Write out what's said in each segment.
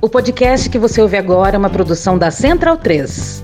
O podcast que você ouve agora é uma produção da Central 3.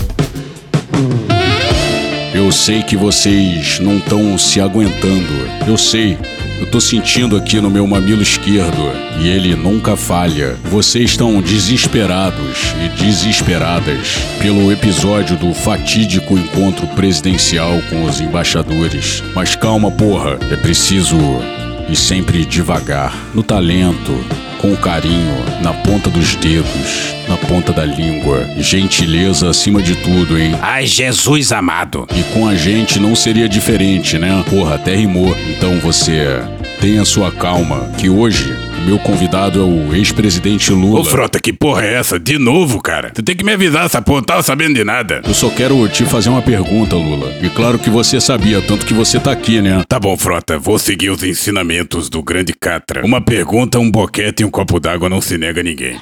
Eu sei que vocês não estão se aguentando. Eu sei. Eu tô sentindo aqui no meu mamilo esquerdo e ele nunca falha. Vocês estão desesperados e desesperadas pelo episódio do fatídico encontro presidencial com os embaixadores. Mas calma, porra. É preciso ir sempre devagar, no talento, com carinho, na ponta dos dedos, na ponta da língua. Gentileza acima de tudo, hein? Ai, Jesus amado. E com a gente não seria diferente, né? Porra, até rimou. Então você tenha sua calma, que hoje o meu convidado é o ex-presidente Lula. Ô, Frota, que porra é essa? De novo, cara? Tu tem que me avisar, essa porra, não tava sabendo de nada. Eu só quero te fazer uma pergunta, Lula. E claro que você sabia, tanto que você tá aqui, né? Tá bom, Frota, vou seguir os ensinamentos do grande Catra. Uma pergunta, um boquete e um copo d'água não se nega a ninguém.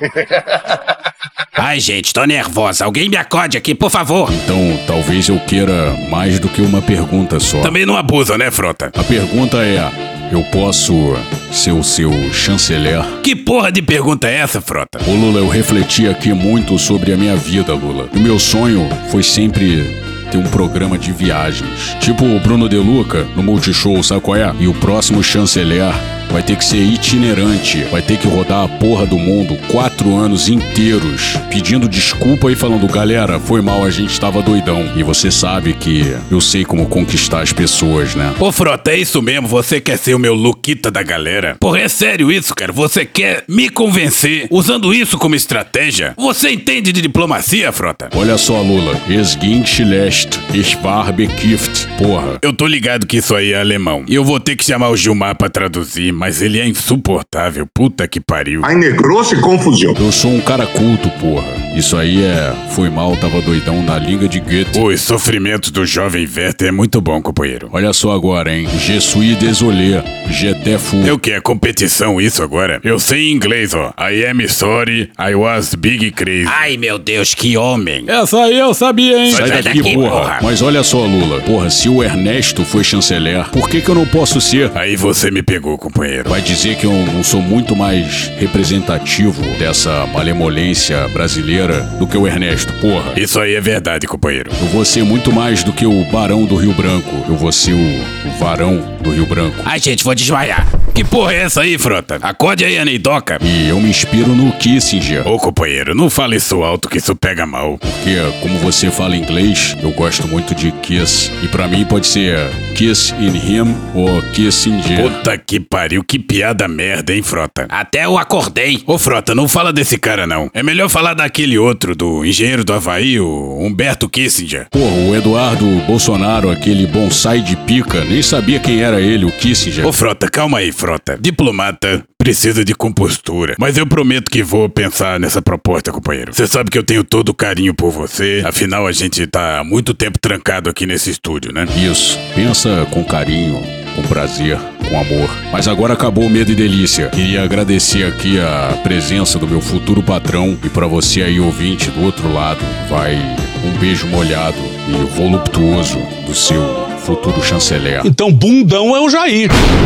Ai, gente, tô nervosa. Alguém me acorde aqui, por favor. Então, talvez eu queira mais do que uma pergunta só. Também não abusa, né, Frota? A pergunta é: eu posso ser o seu chanceler? Que porra de pergunta é essa, Frota? Ô, Lula, eu refleti aqui muito sobre a minha vida, Lula. O meu sonho foi sempre ter um programa de viagens. Tipo o Bruno De Luca, no Multishow, sabe qual é? E o próximo chanceler vai ter que ser itinerante, vai ter que rodar a porra do mundo 4 anos inteiros, pedindo desculpa e falando: galera, foi mal, a gente tava doidão. E você sabe que eu sei como conquistar as pessoas, né? Ô, Frota, é isso mesmo? Você quer ser o meu Luquita da galera? Porra, é sério isso, cara? Você quer me convencer usando isso como estratégia? Você entende de diplomacia, Frota? Olha só, Lula, es ging schlecht, ich war bekifft. Porra. Eu tô ligado que isso aí é alemão. E eu vou ter que chamar o Gilmar pra traduzir, mas ele é insuportável. Puta que pariu. Ai, negrou-se confusão. Eu sou um cara culto, porra. Isso aí foi mal, tava doidão na Liga de Goethe. Os sofrimentos do jovem Werther é muito bom, companheiro. Olha só agora, hein? Je suis désolé, j'étais fou. É o que? É competição isso agora? Eu sei em inglês, ó. I am sorry, I was big crazy. Ai, meu Deus, que homem. Essa aí eu sabia, hein? Sai daqui, porra. Mas olha só, Lula. Porra, se o Ernesto foi chanceler, por que eu não posso ser? Aí você me pegou, companheiro. Vai dizer que eu não sou muito mais representativo dessa malemolência brasileira do que o Ernesto, porra. Isso aí é verdade, companheiro. Eu vou ser muito mais do que o Barão do Rio Branco. Eu vou ser o Varão do Rio Branco. Ai, gente, vou desmaiar. Que porra é essa aí, Frota? Acorde aí, Aneidoca. E eu me inspiro no Kissinger. Ô, companheiro, não fale isso alto que isso pega mal. Porque, como você fala inglês, eu gosto muito de kiss. E pra mim pode ser kiss in him ou Kissinger. Puta que pariu, que piada merda, hein, Frota? Até eu acordei. Ô, Frota, não fala desse cara, não. É melhor falar daquele outro, do engenheiro do Havaí, o Humberto Kissinger. Porra, o Eduardo Bolsonaro, aquele bonsai de pica, nem sabia quem era ele, o Kissinger. Ô, Frota, calma aí, Frota. Diplomata precisa de compostura. Mas eu prometo que vou pensar nessa proposta, companheiro. Você sabe que eu tenho todo o carinho por você. Afinal, a gente tá há muito tempo trancado aqui nesse estúdio, né? Isso. Pensa com carinho, com prazer, com amor. Mas agora acabou o medo e delícia. Queria agradecer aqui a presença do meu futuro patrão. E pra você aí, ouvinte, do outro lado, vai um beijo molhado e voluptuoso do seu futuro chanceler. Então, bundão é o Jair.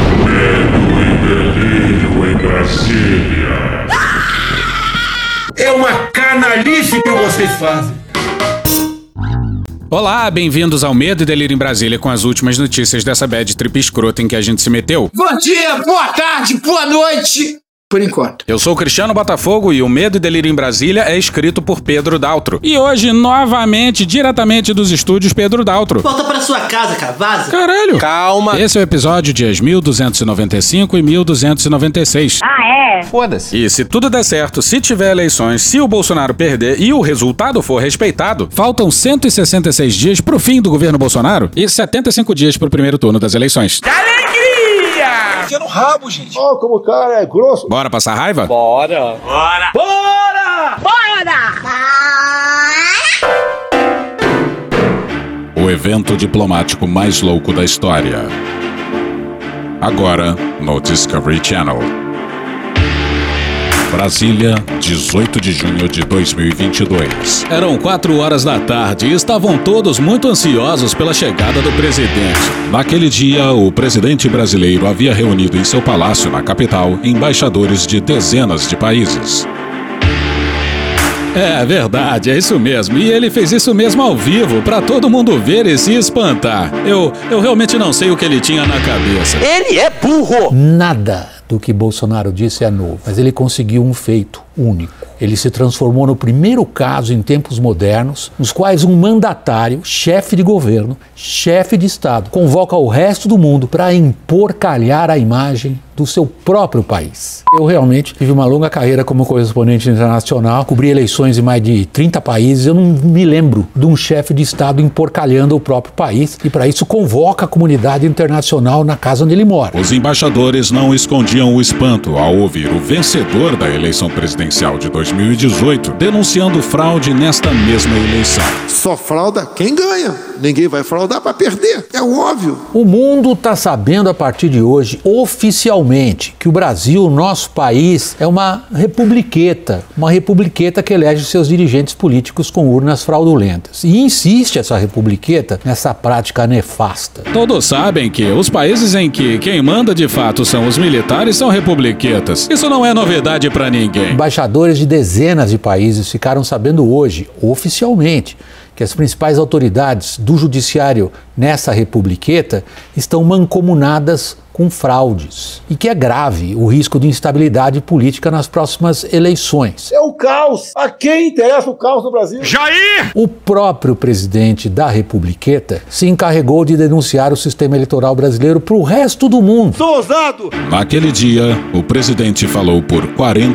Medo e delírio em Brasília. É uma canalice que vocês fazem. Olá, bem-vindos ao Medo e Delírio em Brasília com as últimas notícias dessa bad trip escrota em que a gente se meteu. Bom dia, boa tarde, boa noite. Por enquanto. Eu sou o Cristiano Botafogo e o Medo e Delírio em Brasília é escrito por Pedro Daltro. E hoje, novamente, diretamente dos estúdios Pedro Daltro. Volta pra sua casa, cara, vaza. Caralho. Calma. Esse é o episódio dias 1295 e 1296. Ah, é? Foda-se. E se tudo der certo, se tiver eleições, se o Bolsonaro perder e o resultado for respeitado, faltam 166 dias pro fim do governo Bolsonaro e 75 dias pro primeiro turno das eleições. Enfia no rabo, gente. Ó, como o cara é grosso. Bora passar raiva? Bora. Bora! O evento diplomático mais louco da história. Agora no Discovery Channel. Brasília, 18 de junho de 2022. Eram 4 horas da tarde e estavam todos muito ansiosos pela chegada do presidente. Naquele dia, o presidente brasileiro havia reunido em seu palácio na capital embaixadores de dezenas de países. É verdade, é isso mesmo. E ele fez isso mesmo ao vivo, pra todo mundo ver e se espantar. Eu realmente não sei o que ele tinha na cabeça. Ele é burro! Nada do que Bolsonaro disse é novo, mas ele conseguiu um feito único. Ele se transformou no primeiro caso em tempos modernos, nos quais um mandatário, chefe de governo, chefe de Estado, convoca o resto do mundo para emporcalhar a imagem do seu próprio país. Eu realmente tive uma longa carreira como correspondente internacional, cobri eleições em mais de 30 países, eu não me lembro de um chefe de Estado emporcalhando o próprio país e para isso convoca a comunidade internacional na casa onde ele mora. Os embaixadores não escondiam o espanto ao ouvir o vencedor da eleição presidencial de 2018 denunciando fraude nesta mesma eleição. Só frauda quem ganha. Ninguém vai fraudar para perder. É óbvio. O mundo está sabendo a partir de hoje, oficialmente, que o Brasil, nosso país, é uma republiqueta que elege seus dirigentes políticos com urnas fraudulentas. E insiste essa republiqueta nessa prática nefasta. Todos sabem que os países em que quem manda de fato são os militares são republiquetas. Isso não é novidade para ninguém. Embaixadores de dezenas de países ficaram sabendo hoje, oficialmente, que as principais autoridades do judiciário nessa republiqueta estão mancomunadas com fraudes e que é grave o risco de instabilidade política nas próximas eleições. É o caos. A quem interessa o caos no Brasil? Jair! O próprio presidente da republiqueta se encarregou de denunciar o sistema eleitoral brasileiro para o resto do mundo. Sou ousado! Naquele dia, o presidente falou por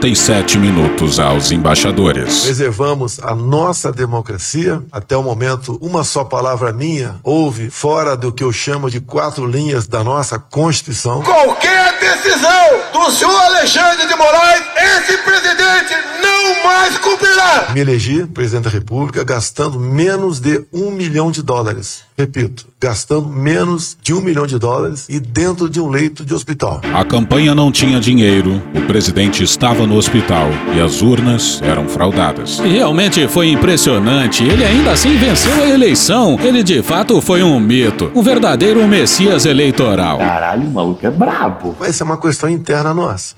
47 minutos aos embaixadores. Preservamos a nossa democracia. Até o momento, uma só palavra minha houve fora do que eu chamo de 4 linhas da nossa Constituição. Qualquer decisão do senhor Alexandre de Moraes, esse presidente não mais cumprirá. Me elegi presidente da República gastando menos de $1 milhão. Repito, gastando menos de $1 milhão e dentro de um leito de hospital. A campanha não tinha dinheiro, o presidente estava no hospital e as urnas eram fraudadas. E realmente foi impressionante. Ele ainda assim venceu a eleição. Ele de fato foi um mito, um verdadeiro messias eleitoral. Caralho, o maluco é brabo. Vai ser uma questão interna nossa.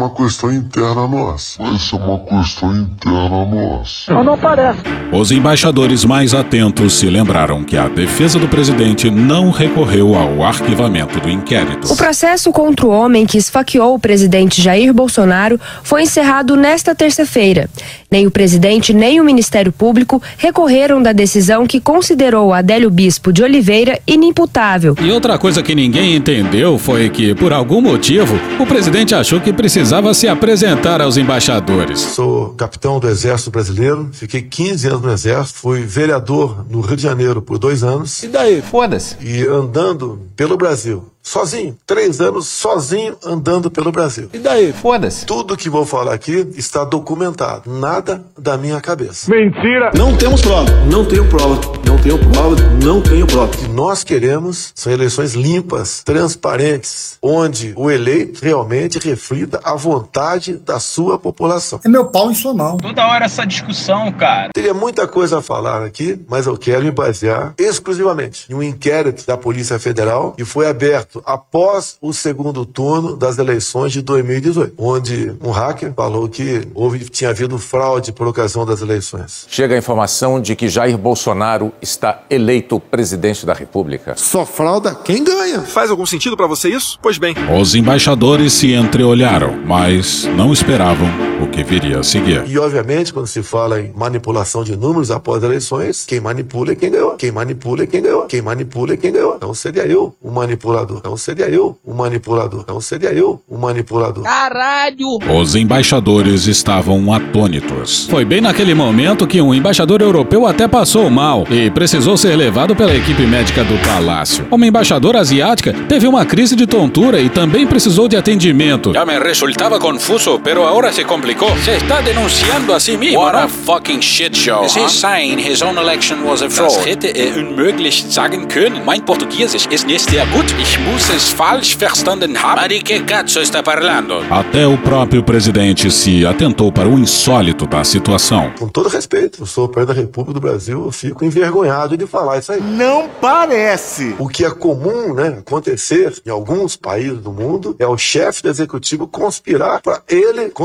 Não parece. Os embaixadores mais atentos se lembraram que a defesa do presidente não recorreu ao arquivamento do inquérito. O processo contra o homem que esfaqueou o presidente Jair Bolsonaro foi encerrado nesta terça-feira. Nem o presidente nem o Ministério Público recorreram da decisão que considerou Adélio Bispo de Oliveira inimputável. E outra coisa que ninguém entendeu foi que, por algum motivo, o presidente achou que precisava se apresentar aos embaixadores. Sou capitão do Exército Brasileiro, fiquei 15 anos no Exército, fui vereador no Rio de Janeiro por 2 anos. E daí? Foda-se. E andando pelo Brasil, sozinho, 3 anos sozinho andando pelo Brasil. E daí? Foda-se. Tudo que vou falar aqui está documentado, nada da minha cabeça. Mentira! Não temos prova. Não tenho prova. Não tenho prova. Não tenho prova. O que nós queremos são eleições limpas, transparentes, onde o eleito realmente reflita a vontade da sua população. É meu pau em sua mão. Toda hora essa discussão, cara. Teria muita coisa a falar aqui, mas eu quero me basear exclusivamente em um inquérito da Polícia Federal que foi aberto após o segundo turno das eleições de 2018, onde um hacker falou que tinha havido fraude por ocasião das eleições. Chega a informação de que Jair Bolsonaro está eleito presidente da República. Só frauda quem ganha. Faz algum sentido pra você isso? Pois bem. Os embaixadores se entreolharam, mas não esperavam o que viria a seguir. E, obviamente, quando se fala em manipulação de números após eleições, quem manipula é quem ganhou. Quem manipula é quem ganhou. Quem manipula é quem ganhou. Então seria eu o manipulador. Então seria eu o manipulador. Então seria eu o manipulador. Caralho! Os embaixadores estavam atônitos. Foi bem naquele momento que um embaixador europeu até passou mal e precisou ser levado pela equipe médica do palácio. Uma embaixadora asiática teve uma crise de tontura e também precisou de atendimento. Já me resultava confuso, pero agora se complicou. Se está denunciando a si mesmo. What a fucking shit show. He's saying his own election was a fraud. Das hätte unmöglich sagen können. Mein Portugiesisch ist nicht sehr gut. Ich muss es falsch verstanden haben. Mas de que cazzo está parlando? Até o próprio presidente se atentou para o insólito da situação. Com todo respeito, eu sou o presidente da República do Brasil, eu fico envergonhado de falar isso aí. Não parece! O que é comum, acontecer em alguns países do mundo é o chefe do executivo conspirar para ele conseguir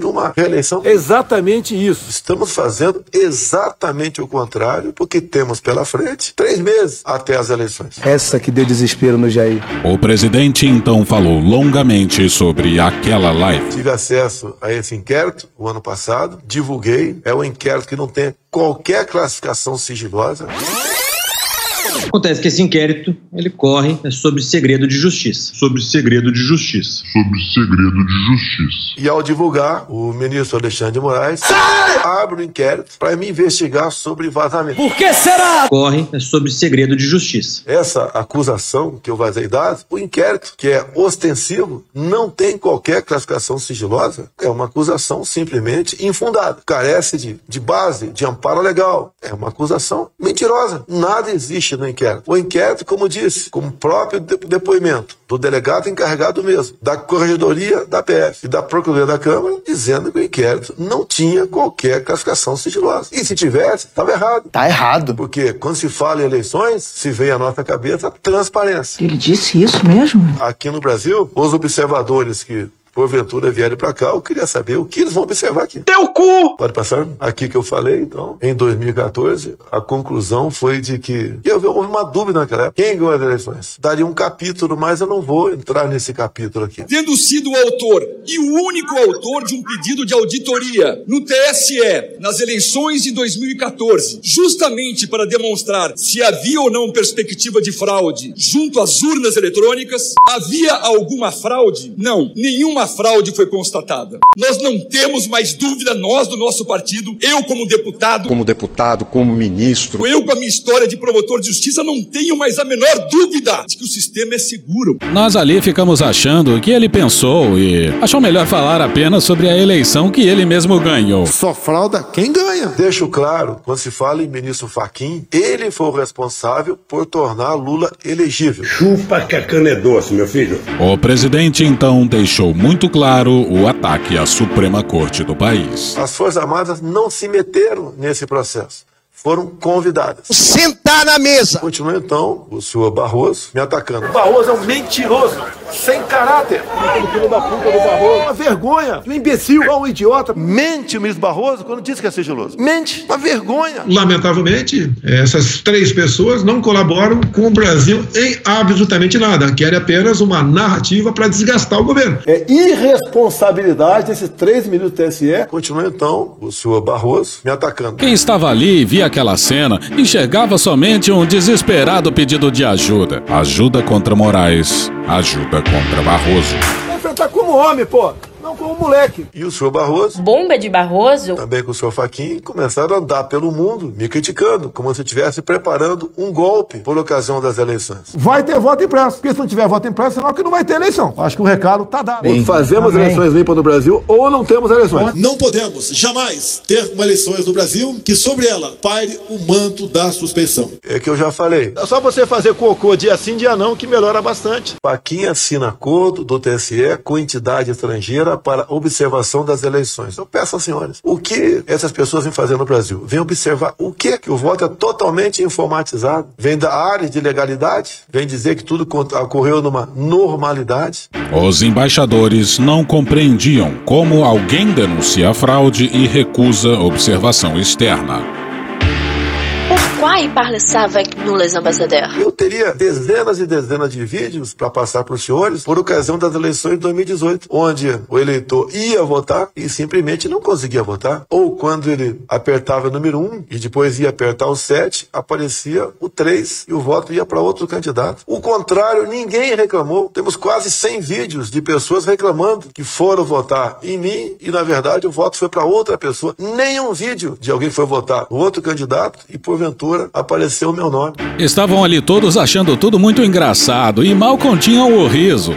uma reeleição. Exatamente isso. Estamos fazendo exatamente o contrário, porque temos pela frente 3 meses até as eleições. Essa que deu desespero no Jair. O presidente então falou longamente sobre aquela live. Tive acesso a esse inquérito o ano passado, divulguei. É um inquérito que não tem qualquer classificação sigilosa. Acontece que esse inquérito, ele corre sobre segredo de justiça. Sobre segredo de justiça. Sobre segredo de justiça. E ao divulgar, o ministro Alexandre de Moraes abre o inquérito para me investigar sobre vazamento. Por que será? Corre sobre segredo de justiça. Essa acusação que eu vazei dados, o inquérito, que é ostensivo, não tem qualquer classificação sigilosa. É uma acusação simplesmente infundada. Carece de base, de amparo legal. É uma acusação mentirosa. Nada existe no inquérito. O inquérito, como disse, como próprio depoimento do delegado encarregado mesmo, da Corregedoria da PF e da Procuradoria da Câmara, dizendo que o inquérito não tinha qualquer classificação sigilosa. E se tivesse, estava errado. Tá errado. Porque quando se fala em eleições, se vem à nossa cabeça transparência. Ele disse isso mesmo? Aqui no Brasil, os observadores que porventura vierem pra cá, eu queria saber o que eles vão observar aqui. Teu cu! Pode passar? Aqui que eu falei, então, em 2014, a conclusão foi de que houve uma dúvida naquela época. Quem ganhou as eleições? Daria um capítulo, mas eu não vou entrar nesse capítulo aqui. Tendo sido o autor e o único autor de um pedido de auditoria no TSE nas eleições de 2014, justamente para demonstrar se havia ou não perspectiva de fraude junto às urnas eletrônicas, havia alguma fraude? Não, nenhuma fraude foi constatada. Nós não temos mais dúvida, nós do nosso partido, eu como deputado, como ministro, eu com a minha história de promotor de justiça, não tenho mais a menor dúvida de que o sistema é seguro. Nós ali ficamos achando que ele pensou e achou melhor falar apenas sobre a eleição que ele mesmo ganhou. Só frauda quem ganha. Deixo claro, quando se fala em ministro Fachin, ele foi o responsável por tornar Lula elegível. Chupa que a cana é doce, meu filho. O presidente então deixou muito claro o ataque à Suprema Corte do país. As Forças Armadas não se meteram nesse processo. Foram convidadas. Sentar na mesa! Continua então o senhor Barroso me atacando. O Barroso é um mentiroso, sem caráter. O filho da puta do Barroso. Uma vergonha. Um imbecil, um idiota. Mente o ministro Barroso quando disse que é sigiloso. Mente. Uma vergonha. Lamentavelmente, essas 3 pessoas não colaboram com o Brasil em absolutamente nada. Querem apenas uma narrativa para desgastar o governo. É irresponsabilidade desses 3 ministros do TSE. Continua então o senhor Barroso me atacando. Quem estava ali via aquela cena enxergava somente um desesperado pedido de ajuda. Ajuda contra Moraes, ajuda contra Barroso. Vai enfrentar como homem, pô. Não como moleque. E o senhor Barroso, Bomba de Barroso, também com o senhor Fachin, começaram a andar pelo mundo me criticando, como se estivesse preparando um golpe por ocasião das eleições. Vai ter voto impresso, porque se não tiver voto impresso, senão que não vai ter eleição. Acho que o recado tá dado. Ou fazemos eleições limpas no Brasil, ou não temos eleições. Não podemos jamais ter uma eleições no Brasil que sobre ela paire o manto da suspeição. É que eu já falei. É só você fazer cocô dia sim, dia não, que melhora bastante. Fachin assina acordo do TSE com entidade estrangeira para observação das eleições. Eu peço aos senhores, o que essas pessoas vêm fazer no Brasil? Vêm observar o quê? Que o voto é totalmente informatizado. Vem da área de legalidade, vem dizer que tudo ocorreu numa normalidade. Os embaixadores não compreendiam como alguém denuncia fraude e recusa observação externa. Pourquoi il parle ça avec nous, les ambassadeurs? Eu teria dezenas e dezenas de vídeos para passar para os senhores por ocasião das eleições de 2018, onde o eleitor ia votar e simplesmente não conseguia votar. Ou quando ele apertava o número 1 e depois ia apertar o 7, aparecia o 3 e o voto ia para outro candidato. O contrário, ninguém reclamou. Temos quase 100 vídeos de pessoas reclamando que foram votar em mim e, na verdade, o voto foi para outra pessoa. Nenhum vídeo de alguém que foi votar no outro candidato e, porventura, apareceu o meu nome. Estavam ali todos achando tudo muito engraçado e mal continham o riso.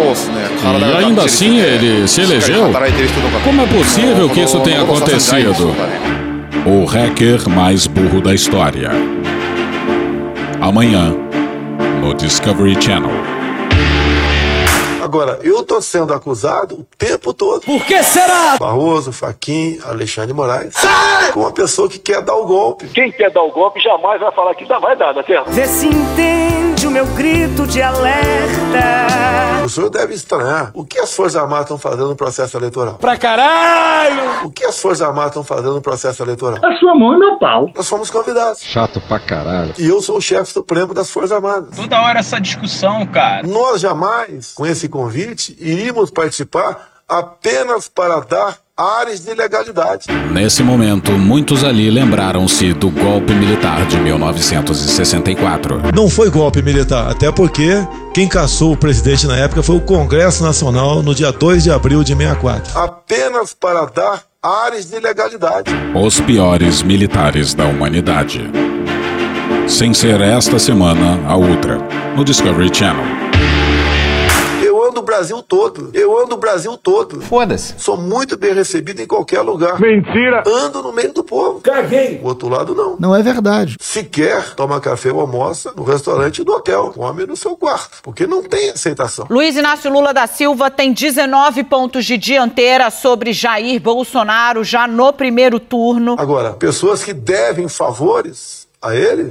E ainda assim ele se elegeu? Como é possível que isso tenha acontecido? O hacker mais burro da história. Amanhã, no Discovery Channel. Agora, eu tô sendo acusado o tempo todo. Por que será? Barroso, Fachin, Alexandre de Moraes. Sai! Com uma pessoa que quer dar o golpe. Quem quer dar o golpe jamais vai falar que vai dar, tá certo? Vê se entende o meu grito de alerta. O senhor deve estranhar o que as Forças Armadas estão fazendo no processo eleitoral. Pra caralho! O que as Forças Armadas estão fazendo no processo eleitoral? A sua mão é meu pau. Nós fomos convidados. Chato pra caralho. E eu sou o chefe supremo das Forças Armadas. Toda hora essa discussão, cara. Nós jamais, com esse convite, iríamos participar apenas para dar áreas de ilegalidade. Nesse momento, muitos ali lembraram-se do golpe militar de 1964. Não foi golpe militar, até porque quem caçou o presidente na época foi o Congresso Nacional no dia 2 de abril de 64. Apenas para dar áreas de ilegalidade. Os piores militares da humanidade. Sem ser esta semana a outra, no Discovery Channel. Eu ando o Brasil todo. Eu ando o Brasil todo. Foda-se. Sou muito bem recebido em qualquer lugar. Mentira! Ando no meio do povo. Caguei! O outro lado não. Não é verdade. Se quer, toma café ou almoça no restaurante do hotel. Come no seu quarto. Porque não tem aceitação. Luiz Inácio Lula da Silva tem 19 pontos de dianteira sobre Jair Bolsonaro já no primeiro turno. Agora, pessoas que devem favores a ele...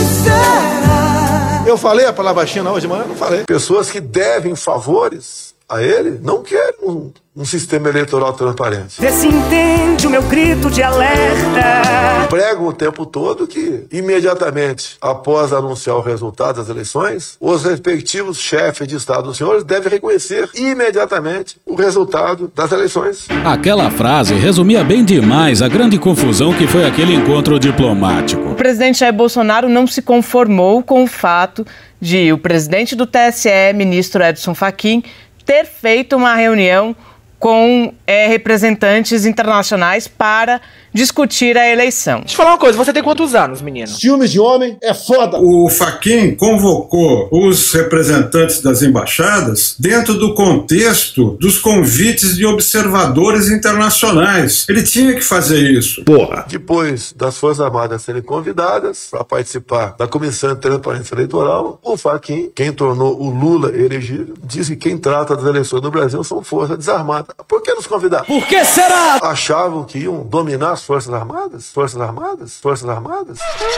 Eu falei a palavra China hoje de manhã? Não falei. Pessoas que devem favores a ele não querem um sistema eleitoral transparente. Vê se entende o meu grito de alerta. Pregam o tempo todo que, imediatamente após anunciar o resultado das eleições, os respectivos chefes de Estado dos senhores devem reconhecer imediatamente o resultado das eleições. Aquela frase resumia bem demais a grande confusão que foi aquele encontro diplomático. O presidente Jair Bolsonaro não se conformou com o fato de o presidente do TSE, ministro Edson Fachin, ter feito uma reunião com representantes internacionais para discutir a eleição. Deixa eu falar uma coisa, você tem quantos anos, menino? Ciúmes de homem é foda. O Fachin convocou os representantes das embaixadas dentro do contexto dos convites de observadores internacionais. Ele tinha que fazer isso. Porra. Depois das Forças Armadas serem convidadas para participar da Comissão de Transparência Eleitoral, o Fachin, quem tornou o Lula elegível, diz que quem trata das eleições no Brasil são forças desarmadas. Por que nos convidar? Por que será? Achavam que iam dominar as Forças Armadas? Forças Armadas? Forças Armadas?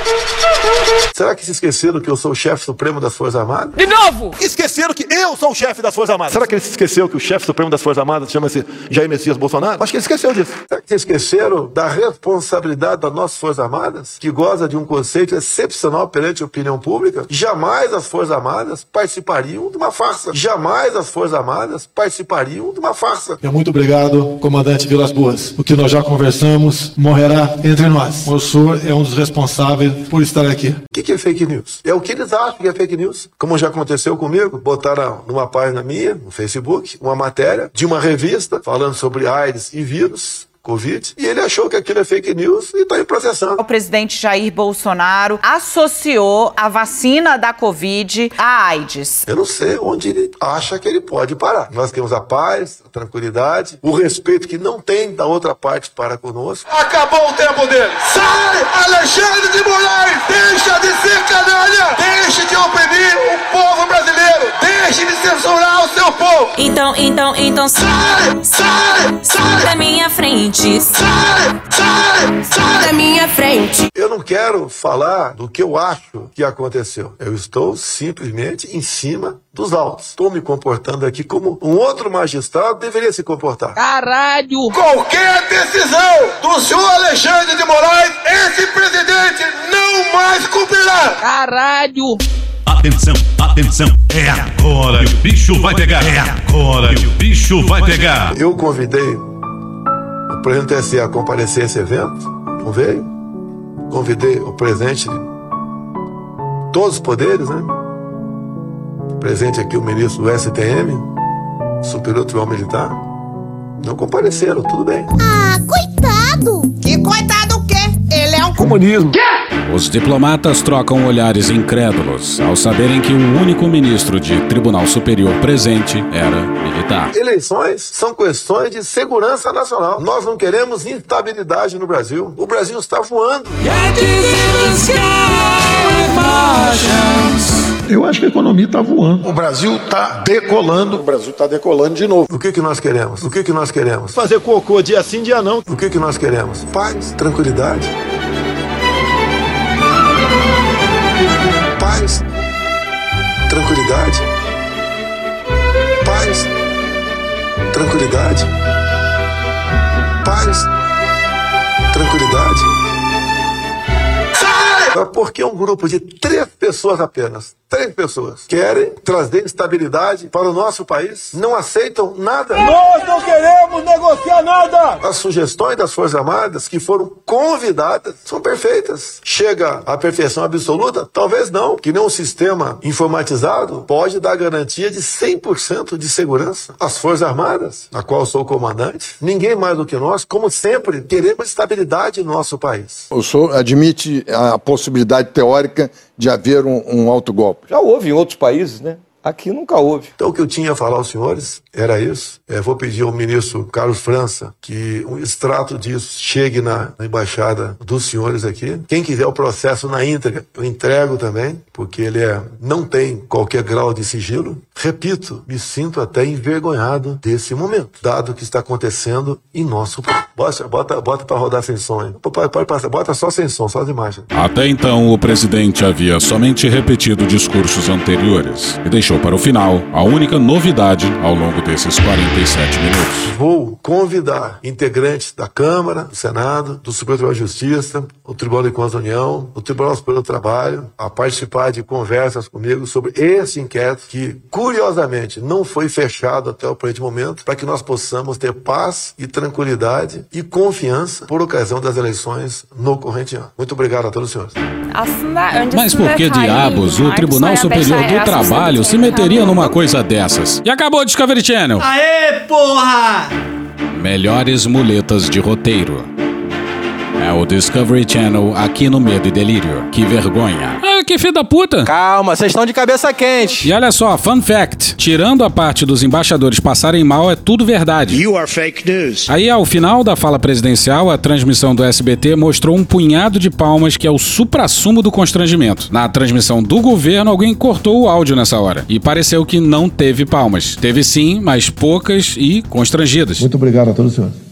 Será que se esqueceram que eu sou o chefe supremo das Forças Armadas? De novo! Esqueceram que eu sou o chefe das Forças Armadas. Será que ele se esqueceu que o chefe supremo das Forças Armadas chama-se Jair Messias Bolsonaro? Acho que ele esqueceu disso. Será que se esqueceram da responsabilidade das nossas Forças Armadas, que goza de um conceito excepcional perante a opinião pública? Jamais as Forças Armadas participariam de uma farsa. Jamais as Forças Armadas participariam de uma farsa. Muito obrigado, comandante Vilas Boas. O que nós já conversamos morrerá entre nós. O senhor é um dos responsáveis por estar aqui. O que é fake news? É o que eles acham que é fake news. Como já aconteceu comigo, botaram numa página minha, no Facebook, uma matéria de uma revista falando sobre AIDS e vírus, Covid, e ele achou que aquilo é fake news e está aí processando. O presidente Jair Bolsonaro associou a vacina da Covid à AIDS. Eu não sei onde ele acha que ele pode parar. Nós temos a paz, a tranquilidade, o respeito que não tem da outra parte para conosco. Acabou o tempo dele! Sai, Alexandre de Moraes! Deixa de ser canalha! Deixe de oprimir o povo brasileiro! Deixe de censurar o seu povo! Então sai da minha frente! Sai da minha frente! Eu não quero falar do que eu acho que aconteceu. Eu estou simplesmente em cima dos autos. Estou me comportando aqui como um outro magistrado deveria se comportar. Caralho! Qualquer decisão do senhor Alexandre de Moraes, esse presidente não mais cumprirá! Caralho! Atenção, atenção, é agora que o bicho vai pegar. É agora que o bicho vai pegar. Eu convidei o presidente do TSE a comparecer a esse evento, não veio. Convidei o presidente de todos os poderes, né? Presente aqui o ministro do STM, Superior Tribunal Militar. Não compareceram, tudo bem. Ah, coitado! Que coitado o quê? Ele é um comunismo. Quê? Os diplomatas trocam olhares incrédulos ao saberem que o único ministro de Tribunal Superior presente era militar. Eleições são questões de segurança nacional. Nós não queremos instabilidade no Brasil. O Brasil está voando. Eu acho que a economia está voando. O Brasil está decolando. O Brasil está decolando de novo. O que nós queremos? O que nós queremos? Fazer cocô dia sim, dia não. O que nós queremos? Paz, tranquilidade. Paz, tranquilidade. Paz, tranquilidade. Paz, tranquilidade. Porque um grupo de 3 pessoas apenas, 3 pessoas, querem trazer instabilidade para o nosso país, não aceitam nada. Nós não queremos negociar nada. As sugestões das Forças Armadas que foram convidadas são perfeitas. Chega à perfeição absoluta? Talvez não, que nem um sistema informatizado pode dar garantia de 100% de segurança. As Forças Armadas, na qual eu sou comandante, ninguém mais do que nós, como sempre, queremos estabilidade no nosso país. O senhor admite a possibilidade teórica de haver um autogolpe? Já houve em outros países, né? Aqui nunca houve. Então o que eu tinha a falar aos senhores era isso. Vou pedir ao ministro Carlos França que um extrato disso chegue na embaixada dos senhores aqui. Quem quiser o processo na íntegra, eu entrego também, porque ele não tem qualquer grau de sigilo. Repito, me sinto até envergonhado desse momento, dado o que está acontecendo em nosso país. Bota para rodar sem som aí. Pode passar, bota só sem som, só as imagens. Até então, o presidente havia somente repetido discursos anteriores e deixou para o final a única novidade ao longo desses 47 minutos. Vou convidar integrantes da Câmara, do Senado, do Supremo Tribunal de Justiça, o Tribunal de Contas da União, o Tribunal Superior do Trabalho, a participar de conversas comigo sobre esse inquérito que, curiosamente, não foi fechado até o presente momento, para que nós possamos ter paz e tranquilidade e confiança por ocasião das eleições no corrente ano. Muito obrigado a todos os senhores. Mas por que diabos o Tribunal Superior do Trabalho se meteria numa coisa dessas? E acabou o Discovery Channel. Aê, porra! Melhores muletas de roteiro. É o Discovery Channel aqui no Medo e Delírio. Que vergonha. Ah, que filho da puta. Calma, vocês estão de cabeça quente. E olha só, fun fact. Tirando a parte dos embaixadores passarem mal, é tudo verdade. You are fake news. Aí, ao final da fala presidencial, a transmissão do SBT mostrou um punhado de palmas que é o suprassumo do constrangimento. Na transmissão do governo, alguém cortou o áudio nessa hora. E pareceu que não teve palmas. Teve sim, mas poucas e constrangidas. Muito obrigado a todos os senhores.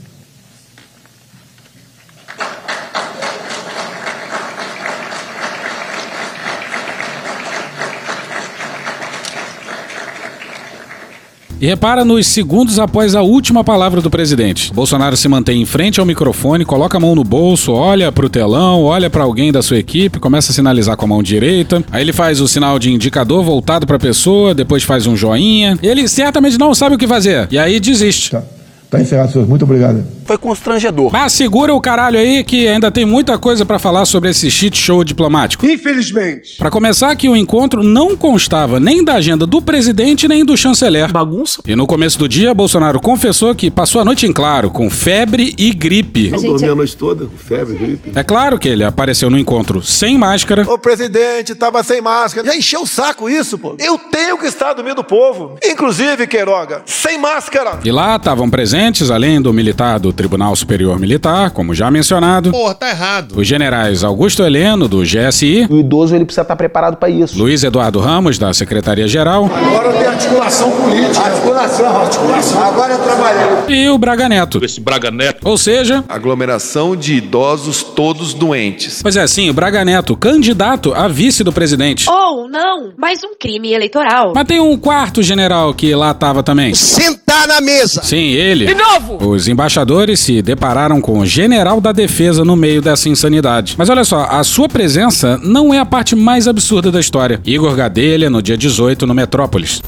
E repara nos segundos após a última palavra do presidente. Bolsonaro se mantém em frente ao microfone, coloca a mão no bolso, olha pro telão, olha pra alguém da sua equipe, começa a sinalizar com a mão direita. Aí ele faz o sinal de indicador voltado pra pessoa, depois faz um joinha. Ele certamente não sabe o que fazer. E aí desiste. Tá encerrado, senhor. Muito obrigado. Foi constrangedor. Mas segura o caralho aí que ainda tem muita coisa pra falar sobre esse shit show diplomático. Infelizmente. Pra começar, que o encontro não constava nem da agenda do presidente nem do chanceler. Bagunça. E no começo do dia, Bolsonaro confessou que passou a noite em claro, com febre e gripe. Eu dormi a noite toda com febre e gripe. É claro que ele apareceu no encontro sem máscara. O presidente tava sem máscara. Já encheu o saco isso, pô. Eu tenho que estar do meio do povo. Inclusive, Queiroga, sem máscara. E lá estavam presentes, além do militar do Tribunal Superior Militar, como já mencionado. Porra, tá errado. Os generais Augusto Heleno, do GSI. O idoso, ele precisa estar preparado para isso. Luiz Eduardo Ramos, da Secretaria-Geral. Agora tem articulação política. Articulação. Agora eu trabalhei. E o Braga Neto. Esse Braga Neto. Ou seja... aglomeração de idosos todos doentes. Pois é, sim, o Braga Neto, candidato a vice do presidente. Ou não, mais um crime eleitoral. Mas tem um quarto general que lá tava também. Sentar na mesa. Sim, ele. De novo! Os embaixadores se depararam com o general da defesa no meio dessa insanidade. Mas olha só, a sua presença não é a parte mais absurda da história. Igor Gadelha, no dia 18, no Metrópolis.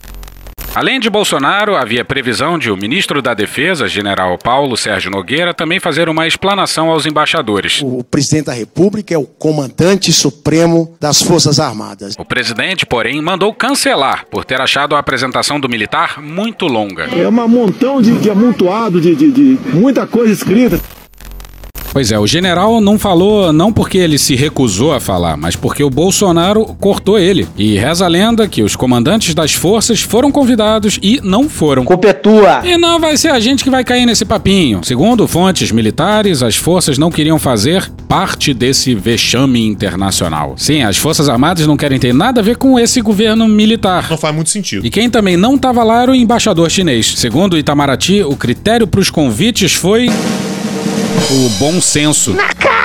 Além de Bolsonaro, havia previsão de o ministro da Defesa, general Paulo Sérgio Nogueira, também fazer uma explanação aos embaixadores. O presidente da República é o comandante supremo das Forças Armadas. O presidente, porém, mandou cancelar por ter achado a apresentação do militar muito longa. É um montão de amontoado, de muita coisa escrita. Pois é, o general não falou não porque ele se recusou a falar, mas porque o Bolsonaro cortou ele. E reza a lenda que os comandantes das forças foram convidados e não foram. Culpa é tua. E não vai ser a gente que vai cair nesse papinho. Segundo fontes militares, as forças não queriam fazer parte desse vexame internacional. Sim, as Forças Armadas não querem ter nada a ver com esse governo militar. Não faz muito sentido. E quem também não estava lá era o embaixador chinês. Segundo o Itamaraty, o critério para os convites foi o bom senso. Na cara,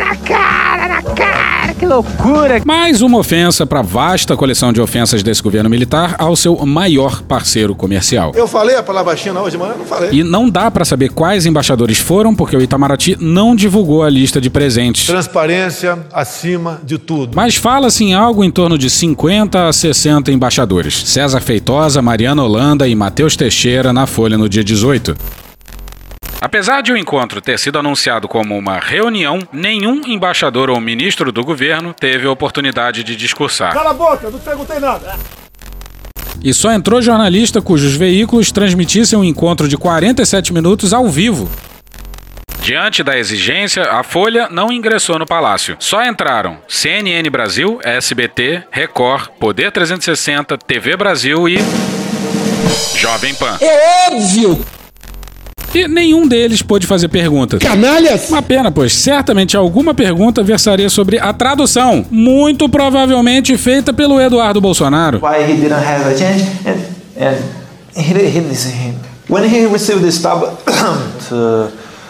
que loucura! Mais uma ofensa para a vasta coleção de ofensas desse governo militar ao seu maior parceiro comercial. Eu falei a palavra China hoje de manhã? Não falei. E não dá para saber quais embaixadores foram, porque o Itamaraty não divulgou a lista de presentes. Transparência acima de tudo. Mas fala-se em algo em torno de 50 a 60 embaixadores. César Feitosa, Mariana Holanda e Matheus Teixeira na Folha no dia 18. Apesar de o encontro ter sido anunciado como uma reunião, nenhum embaixador ou ministro do governo teve a oportunidade de discursar. Cala a boca, não perguntei nada. E só entrou jornalista cujos veículos transmitissem um encontro de 47 minutos ao vivo. Diante da exigência, a Folha não ingressou no palácio. Só entraram CNN Brasil, SBT, Record, Poder 360, TV Brasil e Jovem Pan. É óbvio! E nenhum deles pôde fazer perguntas. Canalhas! Uma pena, pois certamente alguma pergunta versaria sobre a tradução, muito provavelmente feita pelo Eduardo Bolsonaro. Why he didn't have a change and he listened. When he received this tab to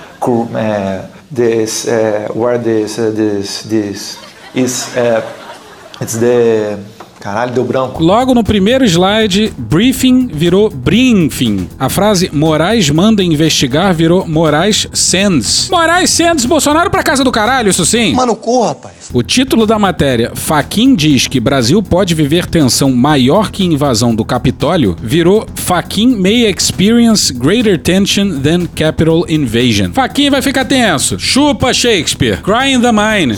this where this is it's the caralho, deu branco. Logo no primeiro slide, briefing virou briefing. A frase Moraes manda investigar virou Moraes sends. Moraes sends Bolsonaro pra casa do caralho, isso sim. Mano, corra, rapaz. O título da matéria, Fachin diz que Brasil pode viver tensão maior que invasão do Capitólio, virou Fachin may experience greater tension than Capitol invasion. Fachin vai ficar tenso. Chupa Shakespeare. Cry in the mine.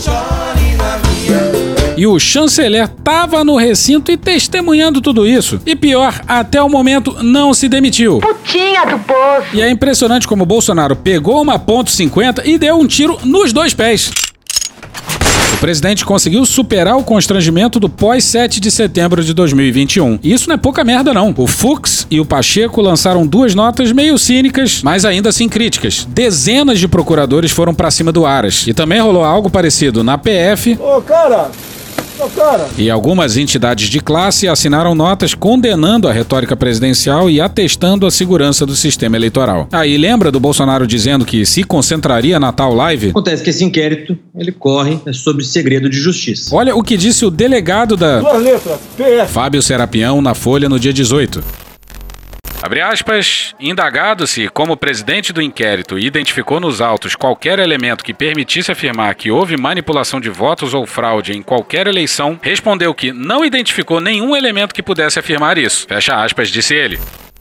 E o chanceler tava no recinto e testemunhando tudo isso. E pior, até o momento não se demitiu. Putinha do poço. E é impressionante como o Bolsonaro pegou uma .50 e deu um tiro nos dois pés. O presidente conseguiu superar o constrangimento do pós-7 de setembro de 2021. E isso não é pouca merda, não. O Fux e o Pacheco lançaram duas notas meio cínicas, mas ainda assim críticas. Dezenas de procuradores foram pra cima do Aras. E também rolou algo parecido na PF. Ô, cara! E algumas entidades de classe assinaram notas condenando a retórica presidencial e atestando a segurança do sistema eleitoral. Aí lembra do Bolsonaro dizendo que se concentraria na tal live? Acontece que esse inquérito, ele corre sobre segredo de justiça. Olha o que disse o delegado da... Duas letras, PF. Fábio Serapião na Folha no dia 18. Abre aspas, indagado-se como o presidente do inquérito identificou nos autos qualquer elemento que permitisse afirmar que houve manipulação de votos ou fraude em qualquer eleição, respondeu que não identificou nenhum elemento que pudesse afirmar isso. Fecha aspas, disse ele.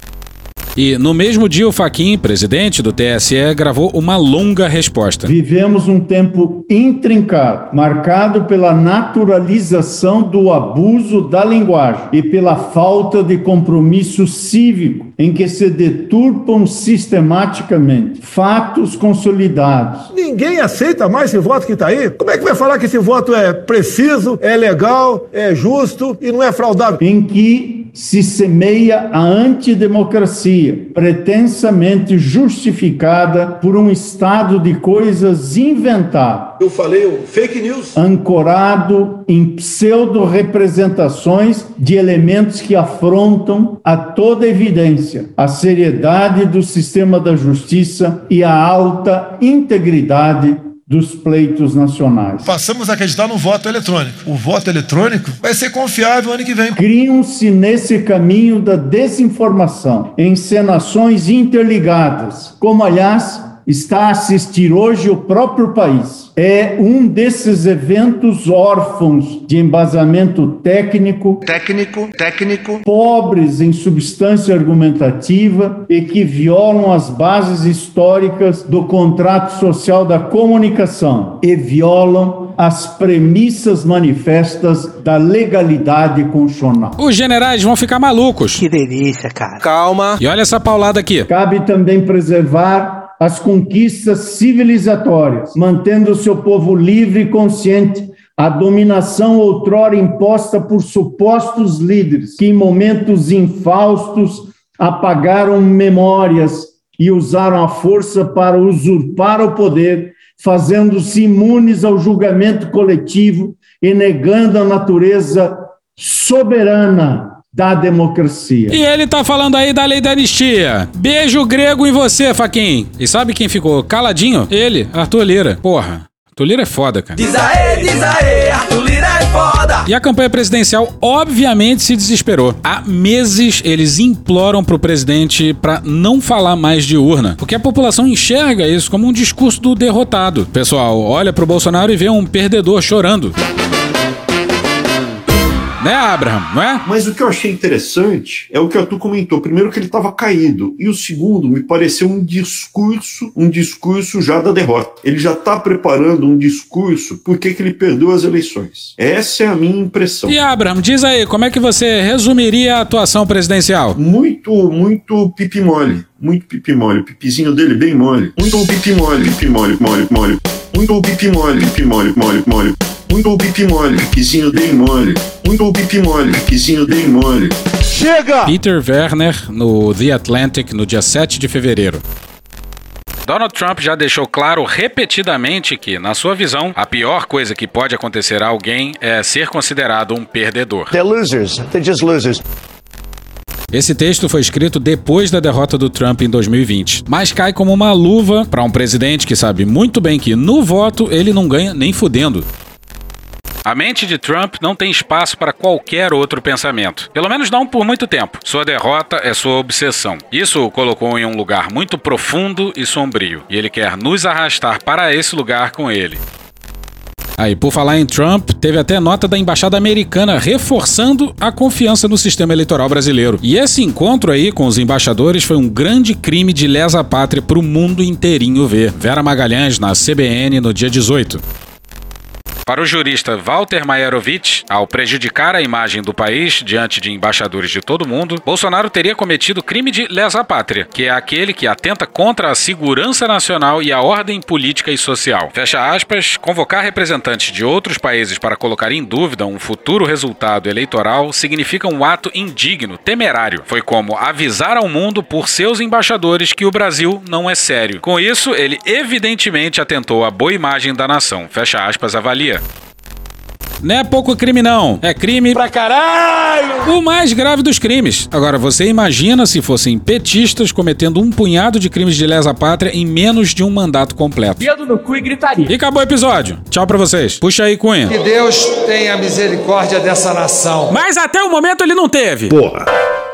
E no mesmo dia o Fachin, presidente do TSE, gravou uma longa resposta. Vivemos um tempo intrincado, marcado pela naturalização do abuso da linguagem e pela falta de compromisso cívico, em que se deturpam sistematicamente fatos consolidados. Ninguém aceita mais esse voto que está aí. Como é que vai falar que esse voto é preciso, é legal, é justo e não é fraudável? Em que se semeia a antidemocracia, pretensamente justificada por um estado de coisas inventado. Eu falei o fake news. Ancorado em pseudo-representações de elementos que afrontam a toda evidência a seriedade do sistema da justiça e a alta integridade dos pleitos nacionais. Passamos a acreditar no voto eletrônico. O voto eletrônico vai ser confiável ano que vem. Criam-se nesse caminho da desinformação encenações interligadas, como, aliás, está a assistir hoje o próprio país. É um desses eventos órfãos de embasamento técnico, pobres em substância argumentativa e que violam as bases históricas do contrato social da comunicação e violam as premissas manifestas da legalidade constitucional. Os generais vão ficar malucos. Que delícia, cara. Calma. E olha essa paulada aqui. Cabe também preservar as conquistas civilizatórias, mantendo seu povo livre e consciente a dominação outrora imposta por supostos líderes que, em momentos infaustos, apagaram memórias e usaram a força para usurpar o poder, fazendo-se imunes ao julgamento coletivo e negando a natureza soberana da democracia. E ele tá falando aí da lei da anistia. Beijo grego em você, Faquin. E sabe quem ficou caladinho? Ele, Arthur Lira. Porra. Arthur Lira é foda, cara. Diz aí, Arthur Lira é foda. E a campanha presidencial obviamente se desesperou. Há meses eles imploram pro presidente pra não falar mais de urna, porque a população enxerga isso como um discurso do derrotado. O pessoal olha pro Bolsonaro e vê um perdedor chorando. Né, Abraham, não é? Mas o que eu achei interessante é o que o Arthur comentou. Primeiro, que ele estava caído. E o segundo, me pareceu um discurso já da derrota. Ele já está preparando um discurso porque que ele perdeu as eleições. Essa é a minha impressão. E, Abraham, diz aí, como é que você resumiria a atuação presidencial? Muito pipi mole. Muito pipi mole. O pipizinho dele bem mole. Muito pipi mole. Pipi mole. Muito pipi mole. Pipi mole. Muito pipi mole, pipizinho bem mole. Muito pipi mole, pipizinho bem mole. Chega! Peter Werner, no The Atlantic, no dia 7 de fevereiro. Donald Trump já deixou claro repetidamente que, na sua visão, a pior coisa que pode acontecer a alguém é ser considerado um perdedor. They're losers. They're just losers. Esse texto foi escrito depois da derrota do Trump em 2020, mas cai como uma luva para um presidente que sabe muito bem que, no voto, ele não ganha nem fudendo. A mente de Trump não tem espaço para qualquer outro pensamento. Pelo menos não por muito tempo. Sua derrota é sua obsessão. Isso o colocou em um lugar muito profundo e sombrio. E ele quer nos arrastar para esse lugar com ele. Aí, por falar em Trump, teve até nota da embaixada americana reforçando a confiança no sistema eleitoral brasileiro. E esse encontro aí com os embaixadores foi um grande crime de lesa pátria para o mundo inteirinho ver. Vera Magalhães, na CBN, no dia 18. Para o jurista Walter Maierovitch, ao prejudicar a imagem do país diante de embaixadores de todo o mundo, Bolsonaro teria cometido crime de lesa pátria, que é aquele que atenta contra a segurança nacional e a ordem política e social. Fecha aspas, convocar representantes de outros países para colocar em dúvida um futuro resultado eleitoral significa um ato indigno, temerário. Foi como avisar ao mundo por seus embaixadores que o Brasil não é sério. Com isso, ele evidentemente atentou à boa imagem da nação. Fecha aspas, avalia. Não é pouco crime não, é crime pra caralho! O mais grave dos crimes. Agora, você imagina se fossem petistas cometendo um punhado de crimes de lesa pátria em menos de um mandato completo. Dedo no cu e gritaria. E acabou o episódio. Tchau pra vocês. Puxa aí, Cunha. Que Deus tenha misericórdia dessa nação. Mas até o momento ele não teve. Porra.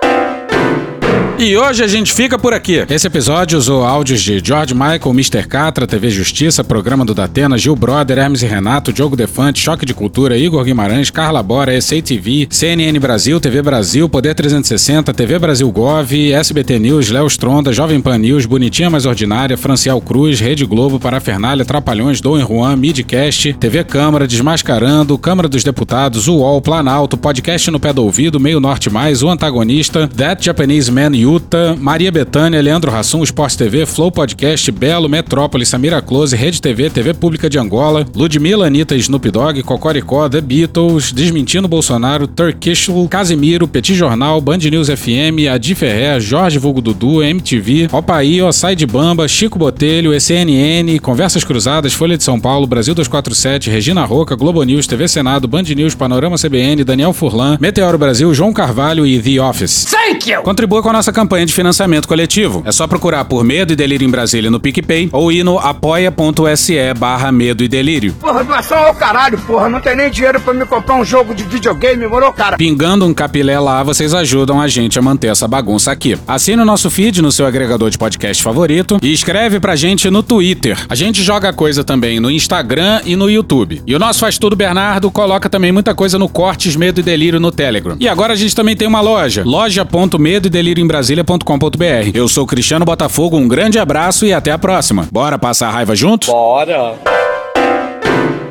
E hoje a gente fica por aqui. Esse episódio usou áudios de George Michael, Mr. Catra, TV Justiça, Programa do Datena, Gil Brother, Hermes e Renato, Diogo Defante, Choque de Cultura, Igor Guimarães, Carla Bora, ESEI TV, CNN Brasil, TV Brasil, Poder 360, TV Brasil Gov, SBT News, Léo Stronda, Jovem Pan News, Bonitinha Mais Ordinária, Franciel Cruz, Rede Globo, Parafernália, Trapalhões, Dom e Juan, Midcast, TV Câmara, Desmascarando, Câmara dos Deputados, UOL, Planalto, Podcast no Pé do Ouvido, Meio Norte Mais, O Antagonista, That Japanese Man Utah, Maria Bethânia, Leandro Hassum, Esporte TV, Flow Podcast, Belo, Metrópole, Samira Close, Rede TV, TV Pública de Angola, Ludmilla, Anitta, Snoop Dogg, Cocoricó, The Beatles, Desmentindo Bolsonaro, Turkishul, Casimiro, Petit Jornal, Band News FM, Adi Ferrer, Jorge Vulgo Dudu, MTV, Opaí, Sai de Bamba, Chico Botelho, ECNN, Conversas Cruzadas, Folha de São Paulo, Brasil 247, Regina Roca, Globo News, TV Senado, Band News, Panorama CBN, Daniel Furlan, Meteoro Brasil, João Carvalho e The Office. Thank you! Contribua com a nossa campanha de financiamento coletivo. É só procurar por Medo e Delírio em Brasília no PicPay ou ir no apoia.se/Medo e Delírio. Porra, doação ao caralho, porra. Não tem nem dinheiro pra me comprar um jogo de videogame, moro, cara? Pingando um capilé lá, vocês ajudam a gente a manter essa bagunça aqui. Assine o nosso feed no seu agregador de podcast favorito e escreve pra gente no Twitter. A gente joga coisa também no Instagram e no YouTube. E o nosso Faz Tudo Bernardo coloca também muita coisa no Cortes Medo e Delírio no Telegram. E agora a gente também tem uma loja, loja.medoedelirioembrasilha.com.br. Eu sou Cristiano Botafogo, um grande abraço e até a próxima. Bora passar a raiva junto? Bora!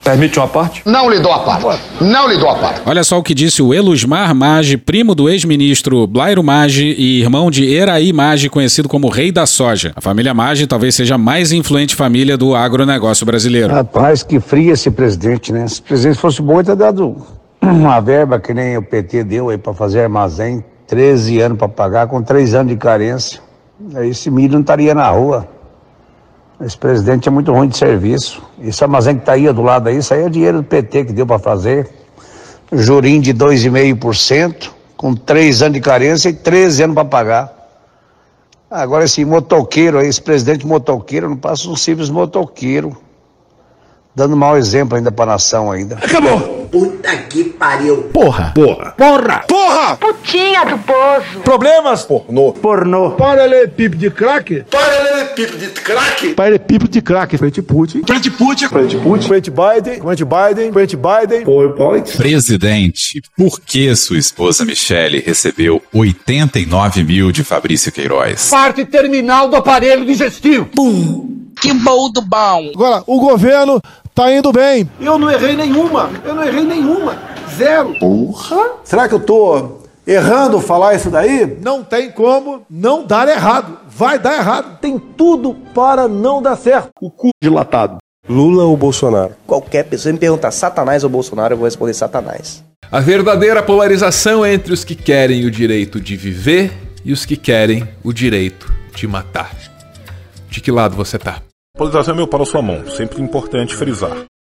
Permite uma parte? Não lhe dou a parte. Não lhe dou a parte. Olha só o que disse o Elusmar Maggi, primo do ex-ministro Blairo Maggi e irmão de Eraí Maggi, conhecido como Rei da Soja. A família Maggi talvez seja a mais influente família do agronegócio brasileiro. Rapaz, que fria esse presidente, né? Se o presidente fosse bom, ele teria dado uma verba que nem o PT deu aí pra fazer armazém, 13 anos pra pagar, com 3 anos de carência. Aí esse milho não estaria na rua. Esse presidente é muito ruim de serviço. Esse armazém que tá aí do lado aí, isso aí é dinheiro do PT que deu pra fazer. Jurim de 2,5%, com 3 anos de carência e 13 anos pra pagar. Agora esse motoqueiro aí, esse presidente motoqueiro, não passa um simples motoqueiro. Dando mau exemplo ainda pra nação ainda. Acabou! Puta que pariu. Porra! Putinha do poço. Problemas? Pornô. Paralelepípedo de crack? Paralelepípedo de craque. Paralelepípedo de crack. Frente Putin. Frente Putin. Frente Biden. Frente Biden. Presidente, por que sua esposa Michele recebeu 89 mil de Fabrício Queiroz? Parte terminal do aparelho digestivo. Que bom do bom. Agora, o governo tá indo bem. Eu não errei nenhuma. Zero. Porra. Será que eu tô errando falar isso daí? Não tem como não dar errado. Vai dar errado. Tem tudo para não dar certo. O cu dilatado. Lula ou Bolsonaro? Qualquer pessoa me perguntar Satanás ou Bolsonaro, eu vou responder Satanás. A verdadeira polarização é entre os que querem o direito de viver e os que querem o direito de matar. De que lado você tá? Polarização é meu pau na sua mão, sempre importante frisar.